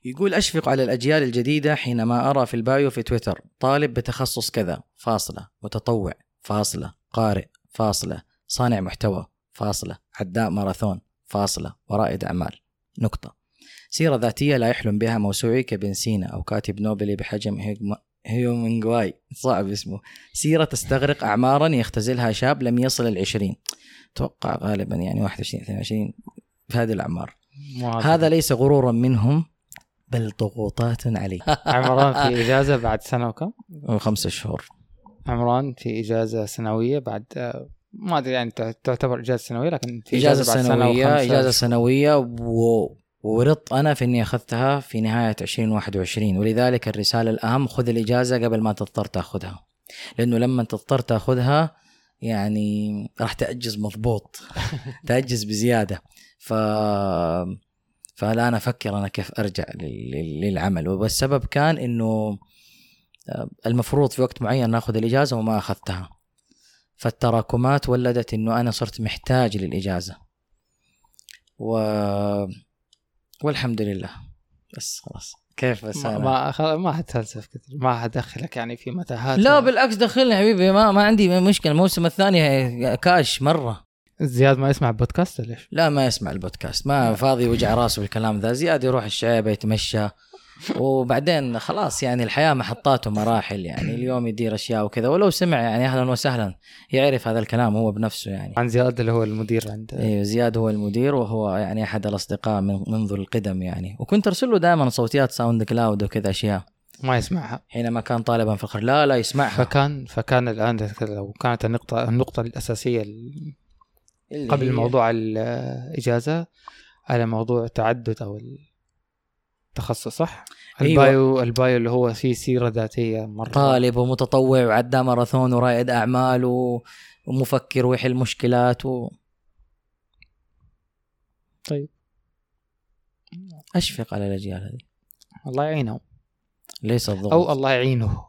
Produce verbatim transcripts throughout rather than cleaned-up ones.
يقول أشفق على الأجيال الجديدة حينما أرى في البايو في تويتر طالب بتخصص كذا فاصلة، متطوع فاصلة، قارئ فاصلة، صانع محتوى فاصلة، عداء ماراثون فاصلة، ورائد أعمال نقطة، سيرة ذاتية لا يحلم بها موسوعي كابن سينا أو كاتب نوبلي بحجم هيومنغواي صعب اسمه، سيرة تستغرق أعمارا يختزلها شاب لم يصل العشرين، توقع غالبا يعني واحد وعشرين اثنين وعشرين في هذه الأعمار. هذا ليس غرورا منهم بل ضغوطات عليه. عمران في إجازة بعد سنة وكم؟ وخمسة شهور. عمران في إجازة سنوية بعد ما أدري يعني تعتبر إجازة سنوية لكن في إجازة, إجازة بعد سنوية سنة إجازة سنوية و... ورط أنا في إني أخذتها في نهاية عشرين واحد وعشرين، ولذلك الرسالة الأهم خذ الإجازة قبل ما تضطر تأخذها، لأنه لما تضطر تأخذها يعني راح تأجز مضبوط تأجز بزيادة. ف فلا أنا أفكر أنا كيف أرجع للعمل، والسبب كان إنه المفروض في وقت معين نأخذ الإجازة وما أخذتها، فالتراكمات ولدت إنه أنا صرت محتاج للإجازة و... والحمد لله. بس خلاص كيف بس ما ما, ما هتفلسف كثير، ما هدخلك يعني في متاهات. لا بالعكس دخلني حبيبي، ما ما عندي مشكلة. الموسم الثاني كاش مرة. زياد ما يسمع البودكاست ليش؟ لا ما يسمع البودكاست، ما فاضي وجع راسه بالكلام ذا. زياد يروح الشعب يتمشى وبعدين خلاص يعني الحياة محطات ومراحل، يعني اليوم يدير أشياء وكذا، ولو سمع يعني أهلا وسهلا يعرف هذا الكلام هو بنفسه. يعني عن زياد اللي هو المدير عند إيه زياد هو المدير، وهو يعني أحد الأصدقاء من منذ القدم يعني، وكنت أرسل له دائما صوتيات ساوند كلاود وكذا أشياء ما يسمعها حينما كان طالبا في الخرج. لا لا يسمعها. فكان فكان الآن لو كانت النقطة النقطة الأساسية قبل موضوع الإجازة على موضوع التعدد أو التخصص صح؟ البايو أيوة. البايو اللي هو فيه سيرة ذاتية مرة، طالب ومتطوع وعداء ماراثون ورائد أعمال ومفكر ويحل مشكلات و... طيب أشفق على الأجيال هذه. الله يعينه. ليس الضغط أو الله يعينه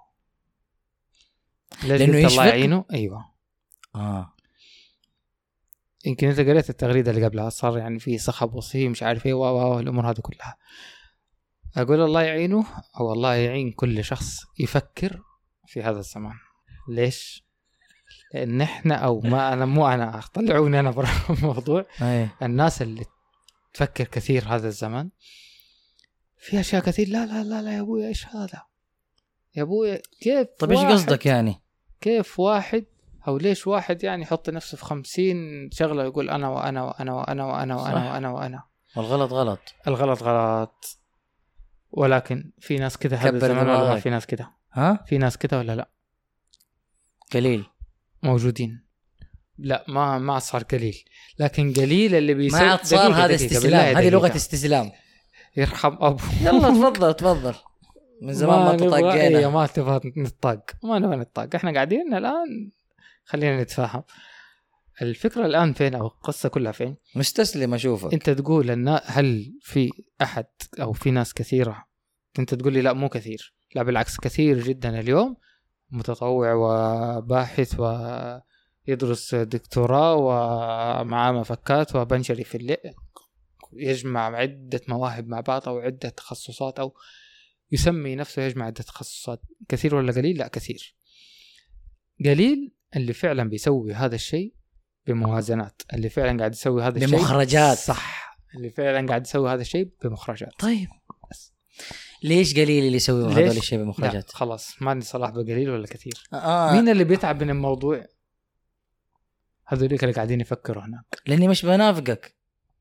لأنه يشفق. الله يعينه أيوة. آه يمكن أنت قريت التغريدة اللي قبلها صار يعني في صخب وصيه مش عارف إيه والأمور هذه كلها. أقول الله يعينه أو الله يعين كل شخص يفكر في هذا الزمان. ليش؟ لأن إحنا أو ما أنا مو أنا طلعوني أنا برا الموضوع. الناس اللي تفكر كثير هذا الزمان في أشياء كثير. لا لا لا لا يا أبوي إيش هذا يا أبوي كيف؟ طب إيش قصدك يعني؟ كيف واحد أو ليش واحد يعني يحط نفسه في خمسين شغلة يقول أنا وأنا وأنا وأنا وأنا وأنا وأنا وأنا. الغلط غلط. الغلط غلط. ولكن في ناس كده هذا الزمان ولا في ناس كده؟ ها؟ في ناس كده ولا لا؟ قليل موجودين. لا ما ما صار قليل، لكن قليل اللي بيسوي. ما صار هذا استسلام، هذه لغة استسلام. يرحم أبو. يلا تفضل تفضل. من زمان ما, ما تطاقينا. ما تبغى نطاق، ما نبغى نطاق. احنا قاعدين الآن خلينا نتفاهم. الفكرة الآن فين أو القصة كلها فين؟ مستسلم أشوفك. أنت تقول أن هل في أحد أو في ناس كثيرة؟ أنت تقول لي لا مو كثير. لا بالعكس كثير جدا اليوم متطوع وباحث ويدرس دكتوراه ومعاه مفكات وبنشري في الليل، يجمع عدة مواهب مع بعض أو عدة تخصصات أو يسمي نفسه يجمع عدة تخصصات. كثير ولا قليل؟ لا كثير. قليل اللي فعلا بيسوي هذا الشيء بموازنات، اللي فعلا قاعد يسوي هذا الشيء بمخرجات. صح، اللي فعلا قاعد يسوي هذا الشيء بمخرجات. طيب بس. ليش قليل اللي يسوي هذا الشيء بمخرجات؟ خلاص ما عندي صلاح بقليل ولا كثير. آه. مين اللي بيتعب من الموضوع؟ هذوليك اللي قاعدين يفكروا هناك. لاني مش بنافقك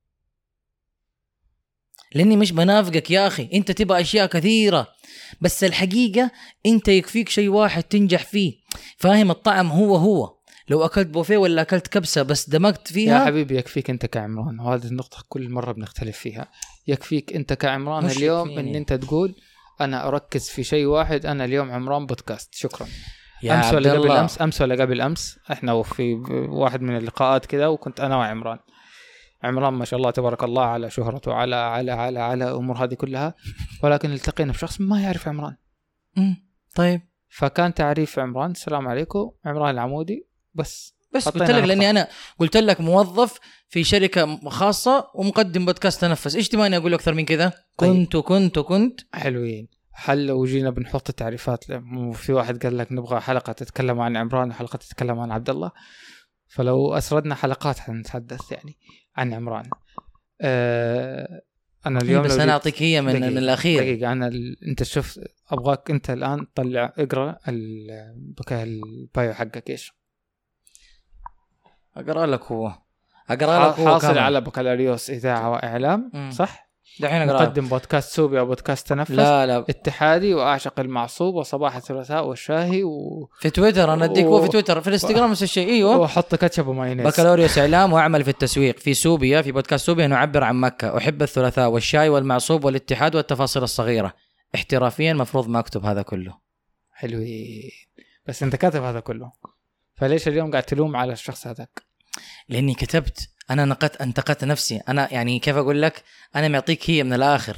لاني مش بنافقك يا اخي. انت تبغى اشياء كثيره بس الحقيقه انت يكفيك شيء واحد تنجح فيه. فاهم؟ الطعم هو هو لو أكلت بوفيه ولا أكلت كبسة بس دمجت فيها. يا حبيبي يكفيك أنت كعمران، وهذه النقطة كل مرة بنختلف فيها. يكفيك أنت كعمران اليوم أن أنت تقول أنا أركز في شيء واحد. أنا اليوم عمران بودكاست شكرا. أمس ولا قبل أمس أمس ولا قبل أمس إحنا وفي واحد من اللقاءات كذا وكنت أنا وعمران. عمران ما شاء الله تبارك الله على شهرته على على على على أمور هذه كلها، ولكن التقينا بشخص ما يعرف عمران. طيب فكان تعريف عمران السلام عليكم عمران العمودي بس. بس قلت لك لاني انا قلت لك موظف في شركه خاصه ومقدم بودكاست تنفس، ايش تبغاني اقول اكثر من كذا؟ كنت كنت كنت حلوين. هل لو جينا بنحط تعريفات، في واحد قال لك نبغى حلقه تتكلم عن عمران وحلقه تتكلم عن عبد الله، فلو اسردنا حلقات حنتحدث يعني عن عمران. أه انا اليوم بس انا اعطيك هي من, من الاخير دقيقه. انا ال... انت شوف، ابغاك انت الان طلع اقرا البكاء البايو حقك. ايش اقرا لك؟ هو اقرا لك هو حاصل كامل. على بكالوريوس اذاعه واعلام مم. صح؟ دحين اقرا مقدم بودكاست سوبي او بودكاست تنفس. لا لا اتحادي واعشق المعصوب وصباح الثلاثاء والشاهي و... في تويتر انا اديك و... في تويتر في الانستغرام نفس الشيء. ايوه وحط كاتشب ومايونيز. بكالوريوس اعلام واعمل في التسويق. في سوبيا في بودكاست سوبيا نعبر عن مكه. احب الثلاثاء والشاي والمعصوب والاتحاد والتفاصيل الصغيره. احترافيا مفروض ما اكتب هذا كله. حلوين. بس انت كاتب هذا كله، فليش اليوم قاعد تلوم على الشخص هذاك؟ لاني كتبت، انا نقدت انتقدت نفسي. انا يعني كيف اقول لك، انا معطيك هي من الاخر.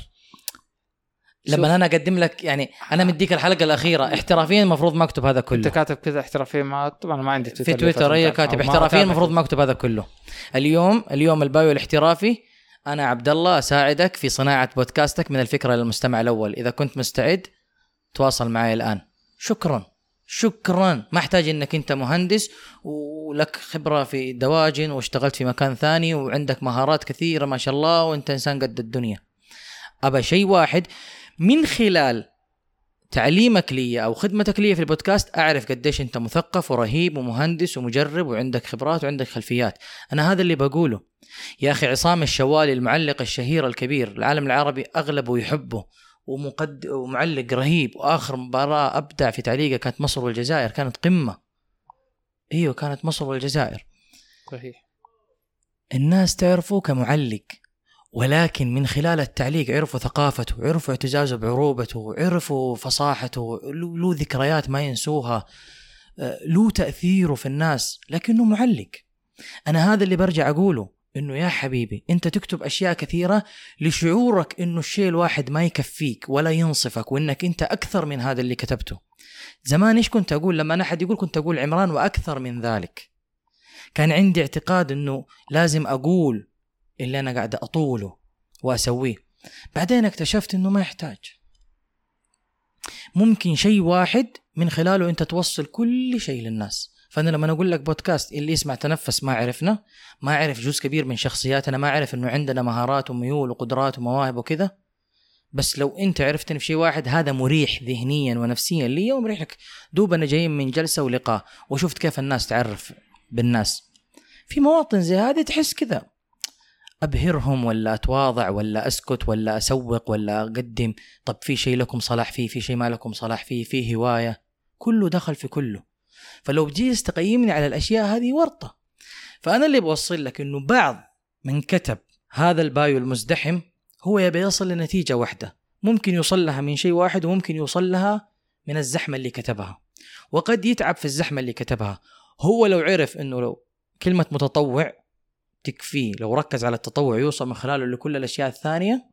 لما انا اقدم لك يعني انا مديك الحلقه الاخيره احترافيا المفروض ما اكتب هذا كله. انت كاتب كذا احترافيا؟ ما طبعا ما عندي تويتر. في تويتر هي كاتب احترافيا المفروض ما اكتب هذا كله. اليوم اليوم البايو الاحترافي. انا عبد الله اساعدك في صناعه بودكاستك من الفكره للمستمع الاول. اذا كنت مستعد تواصل معي الان. شكرا شكرا. ما احتاج انك انت مهندس ولك خبره في دواجن واشتغلت في مكان ثاني وعندك مهارات كثيره ما شاء الله وانت انسان قد الدنيا. ابى شيء واحد، من خلال تعليمك لي أو خدمتك لي في البودكاست أعرف قديش أنت مثقف ورهيب ومهندس ومجرب وعندك خبرات وعندك خلفيات. أنا هذا اللي بقوله. يا أخي عصام الشوالي المعلق الشهير الكبير العالم العربي أغلبه يحبه ومقد ومعلق رهيب، وآخر مباراة أبدع في تعليقه كانت مصر والجزائر، كانت قمة. ايوه كانت مصر والجزائر. صحيح. الناس تعرفه كمعلق، ولكن من خلال التعليق عرفوا ثقافته، عرفوا اعتزازه بعروبته، عرفوا فصاحته، له ذكريات ما ينسوها، له تأثيره في الناس، لكنه معلق. أنا هذا اللي برجع أقوله، إنه يا حبيبي أنت تكتب أشياء كثيرة لشعورك إنه الشيء الواحد ما يكفيك ولا ينصفك، وإنك أنت أكثر من هذا اللي كتبته. زمان إيش كنت أقول لما أحد يقول؟ كنت أقول عمران وأكثر من ذلك. كان عندي اعتقاد إنه لازم أقول اللي أنا قاعد أطوله وأسويه. بعدين اكتشفت إنه ما يحتاج. ممكن شيء واحد من خلاله أنت توصل كل شيء للناس. فأنا لما أقول لك بودكاست اللي يسمع تنفس ما عرفنا، ما عرف جزء كبير من شخصياتنا، ما عرف إنه عندنا مهارات وميول وقدرات ومواهب وكذا. بس لو أنت عرفتني في شيء واحد هذا مريح ذهنيا ونفسيا لي ومريح لك. دوبنا جايين من جلسة ولقاء وشفت كيف الناس تعرف بالناس في مواطن زي هذه، تحس كذا أبهرهم ولا أتواضع ولا أسكت ولا أسوق ولا أقدم. طب في شيء لكم صلاح فيه، في شيء ما لكم صلاح فيه، في هواية، كله دخل في كله. فلو بجيس تقيمني على الأشياء هذه ورطة. فأنا اللي بوصل لك إنه بعض من كتب هذا البايو المزدحم هو يبي يصل لنتيجة واحدة، ممكن يوصل لها من شيء واحد وممكن يوصل لها من الزحمة اللي كتبها، وقد يتعب في الزحمة اللي كتبها. هو لو عرف إنه لو كلمة متطوع تكفيه، لو ركز على التطوع يوصل من خلاله لكل الأشياء الثانية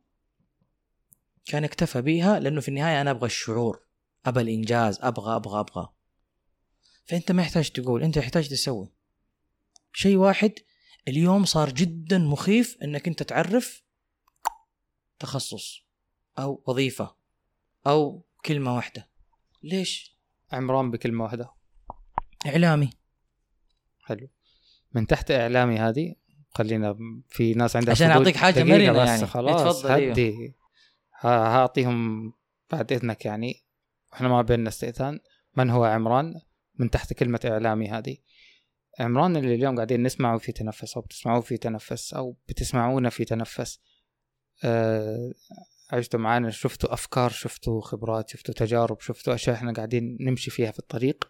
كان اكتفى بيها. لأنه في النهاية أنا أبغى الشعور، أبغى الإنجاز، أبغى أبغى أبغى فأنت ما يحتاج تقول، أنت يحتاج تسوي شيء واحد. اليوم صار جدا مخيف أنك أنت تعرف تخصص أو وظيفة أو كلمة واحدة. ليش؟ عمران بكلمة واحدة إعلامي. حلو. من تحت إعلامي هذه خلينا في ناس عندها عشان أعطيك حاجة مرنة يعني. خلاص هدي هعطيهم بعد إذنك يعني، إحنا ما بيننا استئذان. من هو عمران من تحت كلمة إعلامي هذه؟ عمران اللي اليوم قاعدين نسمعه في تنفس أو بتسمعوه في تنفس أو بتسمعونا في تنفس، أه عشتوا معانا، شفتوا أفكار، شفتوا خبرات، شفتوا تجارب، شفتوا أشياء إحنا قاعدين نمشي فيها في الطريق.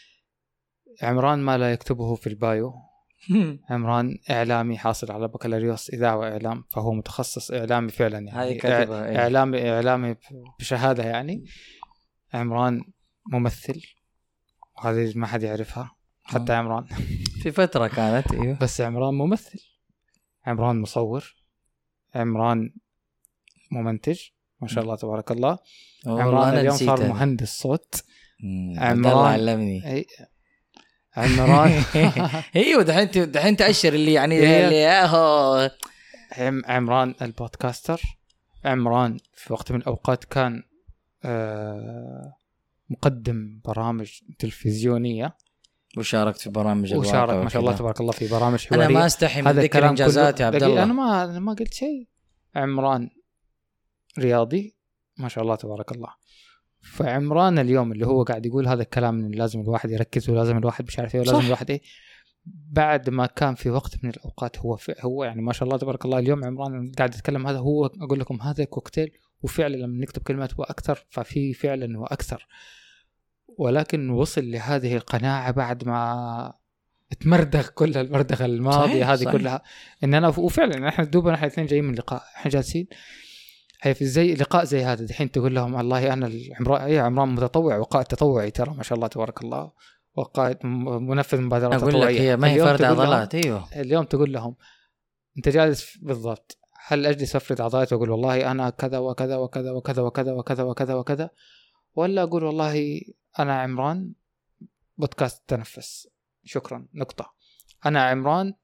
عمران ما لا يكتبه في البايو. عمران إعلامي حاصل على بكالوريوس إذاعة وإعلام، فهو متخصص إعلامي فعلا يعني. إيه؟ إعلامي إعلامي بشهادة يعني. عمران ممثل، وهذه ما حد يعرفها حتى عمران في فترة كانت إيه. بس عمران ممثل، عمران مصور، عمران ممنتج ما شاء الله تبارك الله. عمران اليوم صار مهندس صوت. عمران علمني. أي... عمران ايوه دحين دحين تأشر اللي يعني اللي اهو عمران البودكاستر. عمران في وقت من الأوقات كان آه مقدم برامج تلفزيونية، وشاركت في برامج وشارك ما شاء الله تبارك الله في برامج حوارية. أنا ما أستحي من ذكر إنجازات يا عبد الله. أنا ما أنا ما قلت شيء. عمران رياضي ما شاء الله تبارك الله. فعمران اليوم اللي هو قاعد يقول هذا الكلام إن لازم الواحد يركز ولازم الواحد مش عارف إيه ولازم الواحد إيه، بعد ما كان في وقت من الأوقات هو هو يعني ما شاء الله تبارك الله اليوم عمران قاعد يتكلم هذا هو أقول لكم هذا كوكتيل، وفعلا لما نكتب كلمة هو أكثر ففي فعلا هو أكثر، ولكن وصل لهذه القناعة بعد ما تمردغ كل المردغة الماضية هذه كلها. إن أنا وفعلا إحنا دوبنا إحنا الاثنين جايين من لقاء، إحنا جالسين هي في زي لقاء زي هذا الحين تقول لهم والله أنا العمران يا عمران متطوع وقائد تطوعي ترى ما شاء الله تبارك الله وقائد منفذ مبادرات تطوعية. أقول لك هي ما هي فرد عضلات. أيوه اليوم تقول لهم أنت جالس بالضبط، هل أجلس أفرد عضلات وأقول والله أنا كذا وكذا وكذا وكذا وكذا وكذا وكذا وكذا، ولا أقول والله أنا عمران بودكاست تنفس شكرا نقطة، أنا عمران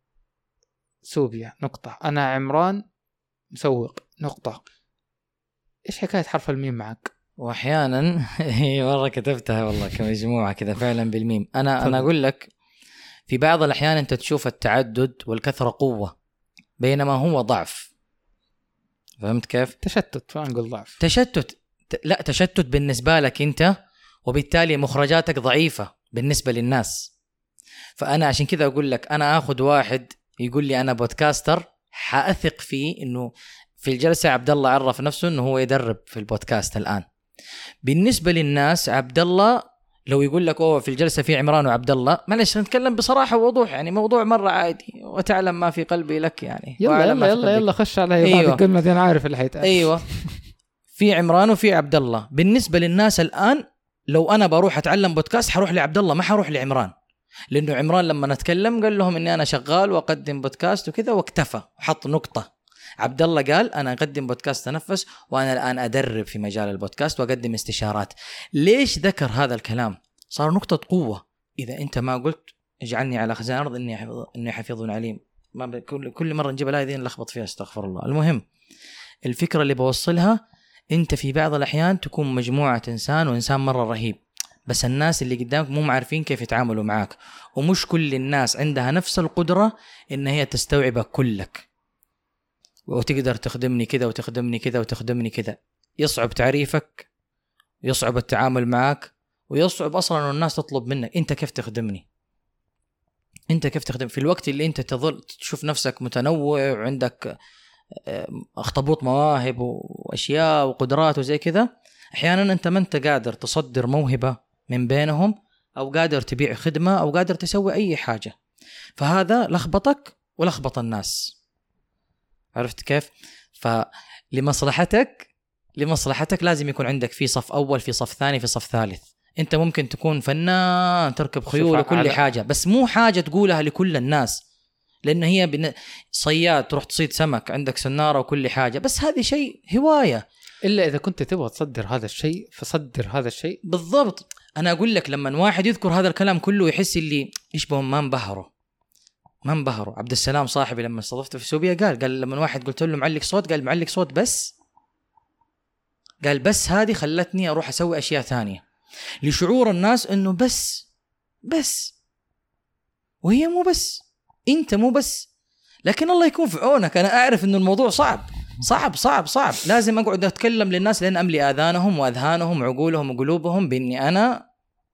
سوبيا نقطة، أنا عمران مسوق نقطة. إيش حكاية حرف الميم معك؟ وأحيانا هي مرة كتبتها والله كمجموعة كذا فعلا بالميم. أنا أنا أقول لك في بعض الأحيان أنت تشوف التعدد والكثرة قوة بينما هو ضعف. فهمت كيف؟ تشتت. فنقول ضعف تشتت. لا تشتت بالنسبة لك أنت، وبالتالي مخرجاتك ضعيفة بالنسبة للناس. فأنا عشان كذا أقول لك أنا أخذ واحد يقول لي أنا بودكاستر حأثق فيه إنه في الجلسة عبد الله عرف نفسه إنه هو يدرب في البودكاست الآن. بالنسبة للناس عبد الله لو يقول لك أوه في الجلسة في عمران وعبد الله، معلش نتكلم بصراحة ووضوح، يعني موضوع مرة عادي وتعلم ما في قلبي لك يعني. يلا يلا يلا, يلا خش على أيوة. بعد الكلمة دي أنا عارف اللي حيتقال. أيوة في عمران وفي عبد الله. بالنسبة للناس الآن لو أنا بروح أتعلم بودكاست حروح لعبد الله ما حروح لعمران، لأنه عمران لما نتكلم قال لهم إني أنا شغال وأقدم بودكاست وكذا واكتفى وحط نقطة. عبد الله قال أنا أقدم بودكاست تنفس وأنا الآن أدرب في مجال البودكاست وأقدم استشارات. ليش ذكر هذا الكلام؟ صار نقطة قوة. إذا أنت ما قلت اجعلني على خزائن الأرض إني حفظ إني حفيظ عليم، ما كل كل مرة نجيب الآية دي نلخبط فيها استغفر الله. المهم الفكرة اللي بوصلها، أنت في بعض الأحيان تكون مجموعة إنسان وإنسان مرة رهيب، بس الناس اللي قدامك مو عارفين كيف يتعاملوا معك، ومش كل الناس عندها نفس القدرة إن هي تستوعبك كلك وتقدر تخدمني كذا وتخدمني كذا وتخدمني كذا. يصعب تعريفك، يصعب التعامل معك، ويصعب أصلاً الناس تطلب منك أنت كيف تخدمني، أنت كيف تخدم في الوقت اللي أنت تظل تشوف نفسك متنوع وعندك اخطبوط مواهب وأشياء وقدرات وزي كذا. أحياناً أنت ما أنت قادر تصدر موهبة من بينهم، أو قادر تبيع خدمة، أو قادر تسوي أي حاجة، فهذا لخبطك ولخبط الناس. عرفت كيف؟ فلمصلحتك لمصلحتك لازم يكون عندك في صف أول، في صف ثاني، في صف ثالث. أنت ممكن تكون فنان تركب خيول وكل حاجة، بس مو حاجة تقولها لكل الناس، لأن هي بن... صياد تروح تصيد سمك، عندك سنارة وكل حاجة، بس هذه شيء هواية. إلا إذا كنت تبغى تصدر هذا الشيء فصدر هذا الشيء. بالضبط. أنا أقول لك لما واحد يذكر هذا الكلام كله يحس اللي يشبههم ما انبهروا ما انبهروا. عبد السلام صاحبي لما استضفته في سوبيا قال قال لما واحد قلت له معلق صوت، قال معلق صوت بس، قال بس هذه خلتني أروح أسوي أشياء ثانية لشعور الناس إنه بس بس وهي مو بس، أنت مو بس، لكن الله يكون في عونك. أنا أعرف إنه الموضوع صعب صعب صعب صعب، لازم أقعد أتكلم للناس لأن أملي آذانهم وأذهانهم وعقولهم وقلوبهم بإني أنا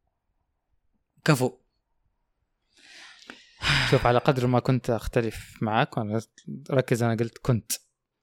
كفو. شوف على قدر ما كنت أختلف معك، وأنا ركز أنا قلت كنت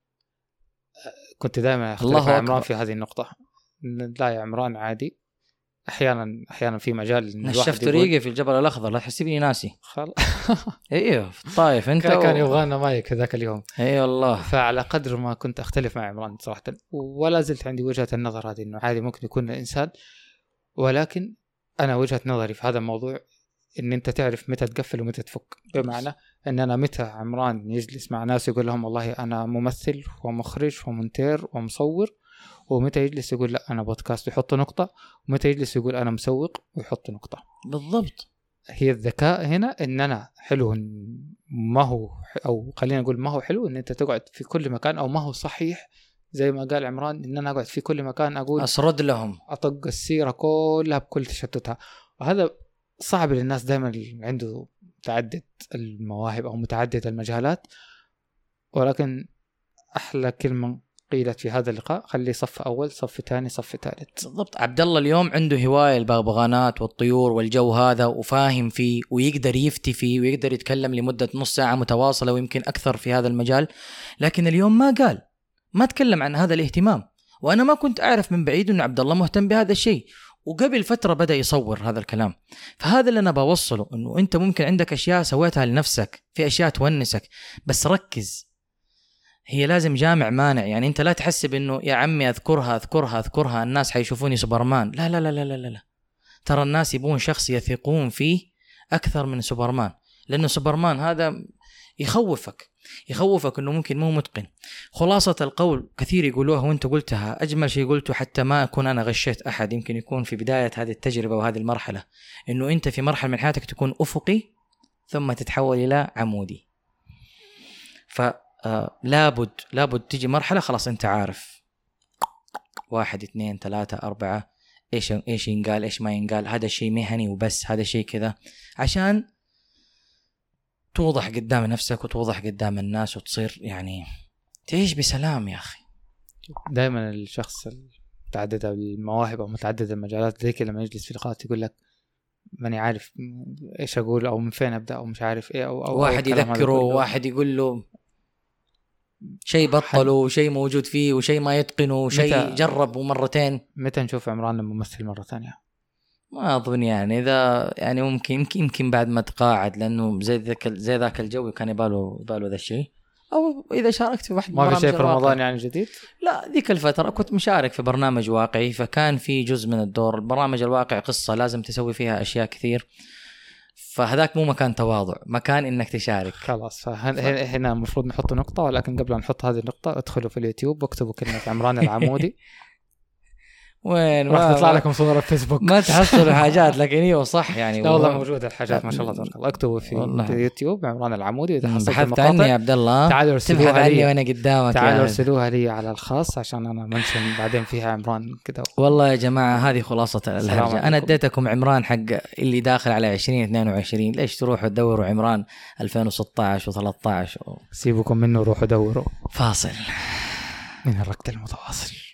كنت دائما أختلف مع عمران في هذه النقطة. لا يا عمران عادي، أحيانا أحيانا في مجال نشفت ريقي في الجبل الأخضر لا تحسبني ناسي خلاص. ايوه في الطائف انت كان يبغانا مايك ذاك اليوم. اي والله. فعلى قدر ما كنت أختلف مع عمران صراحة، ولا زلت عندي وجهة النظر هذه إنه عادي ممكن يكون الإنسان، ولكن أنا وجهة نظري في هذا الموضوع إن أنت تعرف متى تقفل ومتى تفك. بمعنى إن أنا متى عمران يجلس مع ناس يقول لهم والله أنا ممثل ومخرج ومونتير ومصور، ومتى يجلس يقول لا أنا بودكاست ويحط نقطة، ومتى يجلس يقول أنا مسوق ويحط نقطة. بالضبط هي الذكاء هنا ان انا حلو ما هو، او خلينا نقول ما هو حلو ان انت تقعد في كل مكان، او ما هو صحيح زي ما قال عمران ان انا اقعد في كل مكان اقول اسرد لهم، اطق السيره كلها بكل تشتتها. وهذا صعب للناس دائما اللي عنده متعدد المواهب او متعدد المجالات. ولكن احلى كلمه قيلت في هذا اللقاء: خلي صف اول، صف ثاني، صف ثالث. بالضبط. عبد الله اليوم عنده هوايه البغبغانات والطيور والجو هذا، وفاهم فيه ويقدر يفتي فيه ويقدر يتكلم لمده نص ساعه متواصله ويمكن اكثر في هذا المجال. لكن اليوم ما قال، ما تكلم عن هذا الاهتمام، وانا ما كنت اعرف من بعيد انه عبد الله مهتم بهذا الشيء، وقبل فتره بدا يصور هذا الكلام. فهذا اللي انا بوصله، انه انت ممكن عندك اشياء سويتها لنفسك، في اشياء تونسك، بس ركز. هي لازم جامع مانع، يعني انت لا تحسب انه يا عمي اذكرها اذكرها اذكرها الناس حيشوفوني سوبرمان. لا لا لا لا لا لا ترى الناس يبون شخص يثقون فيه اكثر من سوبرمان، لانه سوبرمان هذا يخوفك يخوفك انه ممكن مو متقن. خلاصة القول كثير يقولوها وانت قلتها، اجمل شيء قلته حتى ما اكون انا غشيت احد، يمكن يكون في بداية هذه التجربة وهذه المرحلة، انه انت في مرحلة من حياتك تكون افقي ثم تتحول الى عمودي. ف آه لابد لابد تيجي مرحلة خلاص انت عارف واحد اثنين ثلاثة أربعة ايش ايش ينقال ايش ما ينقال، هذا الشيء مهني وبس، هذا الشيء كذا، عشان توضح قدام نفسك وتوضح قدام الناس وتصير يعني تعيش بسلام. يا أخي دائما الشخص متعدد المواهب أو متعدد المجالات ذيك لما يجلس في لقاءات يقول لك ماني عارف إيش أقول أو من فين أبدأ أو مش عارف إيه، أو, أو واحد يذكره واحد يقول له شيء بطله وشيء موجود فيه وشيء ما يتقنه وشيء جربه مرتين. متى نشوف عمران لما ممثل مرة ثانية؟ ما أظن يعني إذا يعني ممكن يمكن يمكن بعد ما تقاعد، لأنه زي ذاك زي ذاك الجو كان يباله يباله ذا الشيء، أو إذا شاركت في واحد ما في شيء في رمضان يعني جديد. لا ذيك الفترة كنت مشارك في برنامج واقعي، فكان في جزء من الدور البرامج الواقع قصة لازم تسوي فيها أشياء كثير، فهذاك مو مكان تواضع، مكان إنك تشارك. خلاص هنا المفروض نحط نقطة، ولكن قبل أن نحط هذه النقطة ادخلوا في اليوتيوب واكتبوا كلمة عمران العمودي وين راح تطلع لكم صورة فيسبوك. ما تحصلوا حاجات لكن ايوه صح يعني. لا والله موجودة الحاجات ما شاء الله تبارك الله. اكتبوا في اليوتيوب عمران العمودي إذا حصلت بحثت عني يا عبد الله، تعالوا ارسلوها لي وانا قدامك، تعالوا ارسلوها لي على الخاص عشان انا منشن بعدين فيها عمران كده. والله يا جماعة هذه خلاصة الهرجة. انا اديتكم عمران حق اللي داخل على عشرين اثنين وعشرين، ليش تروحوا تدوروا عمران ألفين وستة عشر وثلاثة عشر؟ سيبكم منه وروحوا دوروا. فاصل من الركض المتواصل.